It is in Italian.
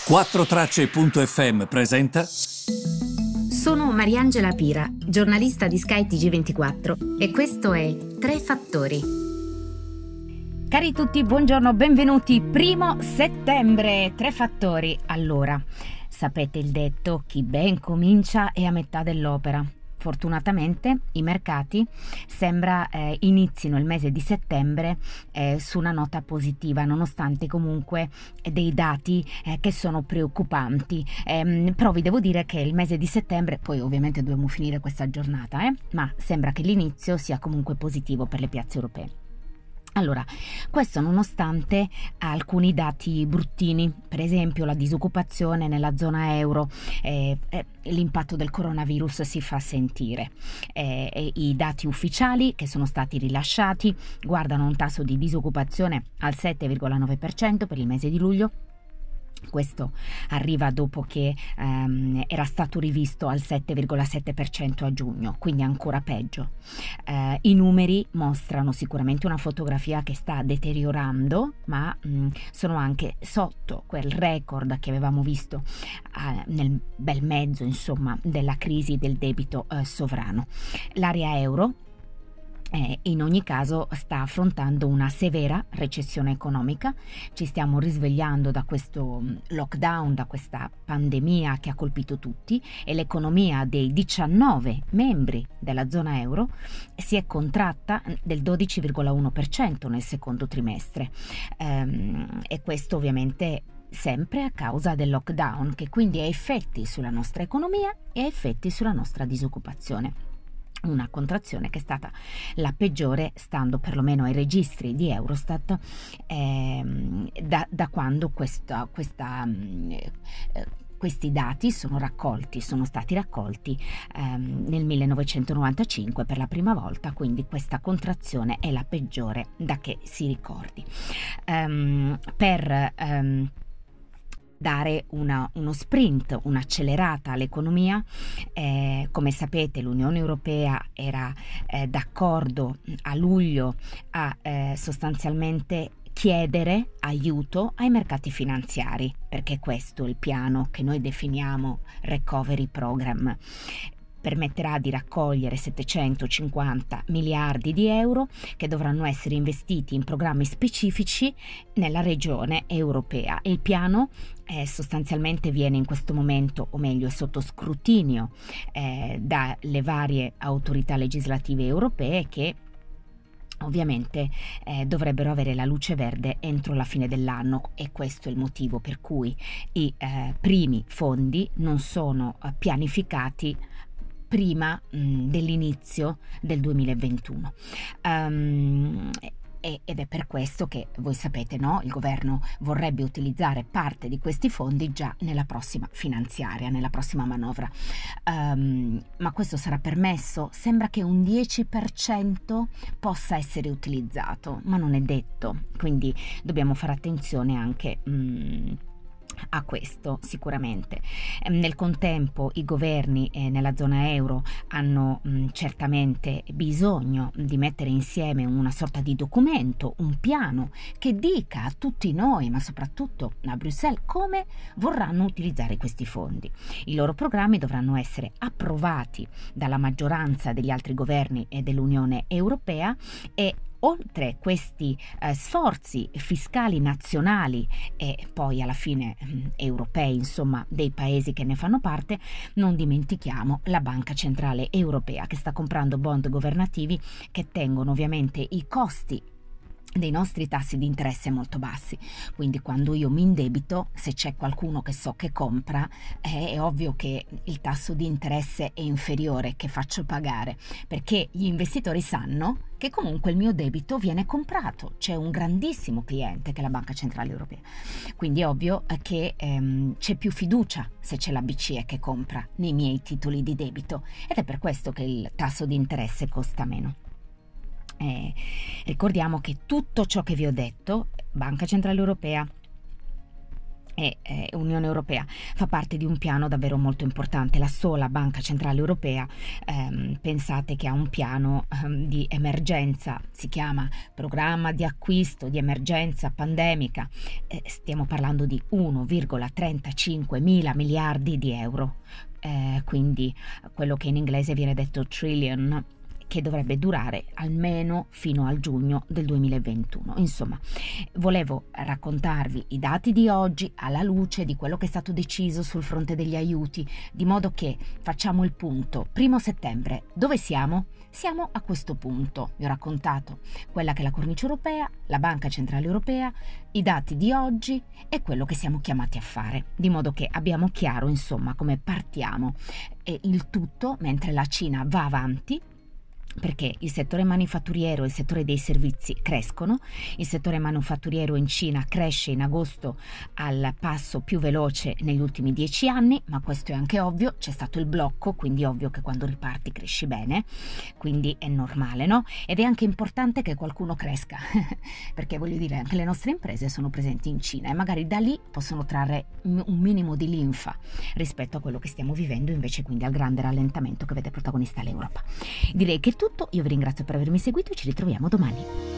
4Tracce.fm presenta. Sono Mariangela Pira, giornalista di Sky TG24 e questo è Tre Fattori. Cari tutti, buongiorno, benvenuti. 1 settembre, Tre Fattori. Allora, sapete il detto, chi ben comincia è a metà dell'opera. Fortunatamente i mercati sembra inizino il mese di settembre su una nota positiva, nonostante comunque dei dati che sono preoccupanti. Però vi devo dire che il mese di settembre, poi ovviamente dobbiamo finire questa giornata, ma sembra che l'inizio sia comunque positivo per le piazze europee. Allora, questo nonostante alcuni dati bruttini, per esempio la disoccupazione nella zona euro, l'impatto del coronavirus si fa sentire. I dati ufficiali che sono stati rilasciati guardano un tasso di disoccupazione al 7,9% per il mese di luglio. Questo arriva dopo che era stato rivisto al 7,7% a giugno, quindi ancora peggio. I numeri mostrano sicuramente una fotografia che sta deteriorando, ma sono anche sotto quel record che avevamo visto nel bel mezzo, insomma, della crisi del debito sovrano. L'area euro in ogni caso sta affrontando una severa recessione economica. Ci stiamo risvegliando da questo lockdown, da questa pandemia che ha colpito tutti, e l'economia dei 19 membri della zona euro si è contratta del 12,1% nel secondo trimestre, e questo ovviamente sempre a causa del lockdown, che quindi ha effetti sulla nostra economia e ha effetti sulla nostra disoccupazione. Una contrazione che è stata la peggiore, stando perlomeno ai registri di Eurostat, da quando questi dati sono stati raccolti nel 1995 per la prima volta, quindi questa contrazione è la peggiore da che si ricordi. Per dare uno sprint, un'accelerata all'economia, come sapete l'Unione Europea era d'accordo a luglio a sostanzialmente chiedere aiuto ai mercati finanziari, perché questo è il piano che noi definiamo Recovery Program. Permetterà di raccogliere 750 miliardi di euro che dovranno essere investiti in programmi specifici nella regione europea. Il piano sostanzialmente viene in questo momento, o meglio è sotto scrutinio dalle varie autorità legislative europee, che ovviamente dovrebbero avere la luce verde entro la fine dell'anno, e questo è il motivo per cui i primi fondi non sono pianificati prima dell'inizio del 2021. Ed è per questo che, voi sapete, no? Il governo vorrebbe utilizzare parte di questi fondi già nella prossima finanziaria, nella prossima manovra. Ma questo sarà permesso? Sembra che un 10% possa essere utilizzato, ma non è detto, quindi dobbiamo fare attenzione anche a questo sicuramente. Nel contempo i governi nella zona euro hanno certamente bisogno di mettere insieme una sorta di documento, un piano che dica a tutti noi, ma soprattutto a Bruxelles, come vorranno utilizzare questi fondi. I loro programmi dovranno essere approvati dalla maggioranza degli altri governi dell'Unione Europea, e oltre questi sforzi fiscali nazionali e poi alla fine europei, insomma, dei paesi che ne fanno parte, non dimentichiamo la Banca Centrale Europea, che sta comprando bond governativi che tengono ovviamente i costi dei nostri tassi di interesse molto bassi. Quindi quando io mi indebito, se c'è qualcuno che so che compra, è ovvio che il tasso di interesse è inferiore che faccio pagare, perché gli investitori sanno che comunque il mio debito viene comprato. C'è un grandissimo cliente che è la Banca Centrale Europea, quindi è ovvio che c'è più fiducia se c'è la BCE che compra nei miei titoli di debito, ed è per questo che il tasso di interesse costa meno. Ricordiamo che tutto ciò che vi ho detto, Banca Centrale Europea, e Unione Europea fa parte di un piano davvero molto importante. La sola Banca Centrale Europea, pensate che ha un piano di emergenza, si chiama Programma di acquisto di emergenza pandemica, stiamo parlando di 1,35 mila miliardi di euro, quindi quello che in inglese viene detto trillion, che dovrebbe durare almeno fino al giugno del 2021. Insomma, volevo raccontarvi i dati di oggi alla luce di quello che è stato deciso sul fronte degli aiuti, di modo che facciamo il punto. 1° settembre, dove siamo? Siamo a questo punto. Vi ho raccontato quella che è la cornice europea, la Banca Centrale Europea, i dati di oggi e quello che siamo chiamati a fare, di modo che abbiamo chiaro, insomma, come partiamo. E il tutto mentre la Cina va avanti, perché il settore manifatturiero e il settore dei servizi crescono. Il settore manifatturiero in Cina cresce in agosto al passo più veloce negli ultimi 10 anni, ma questo è anche ovvio, c'è stato il blocco, quindi è ovvio che quando riparti cresci bene, quindi è normale, no? Ed è anche importante che qualcuno cresca, perché voglio dire, anche le nostre imprese sono presenti in Cina e magari da lì possono trarre un minimo di linfa rispetto a quello che stiamo vivendo invece, quindi al grande rallentamento che vede protagonista l'Europa. Direi che è tutto, io vi ringrazio per avermi seguito e ci ritroviamo domani.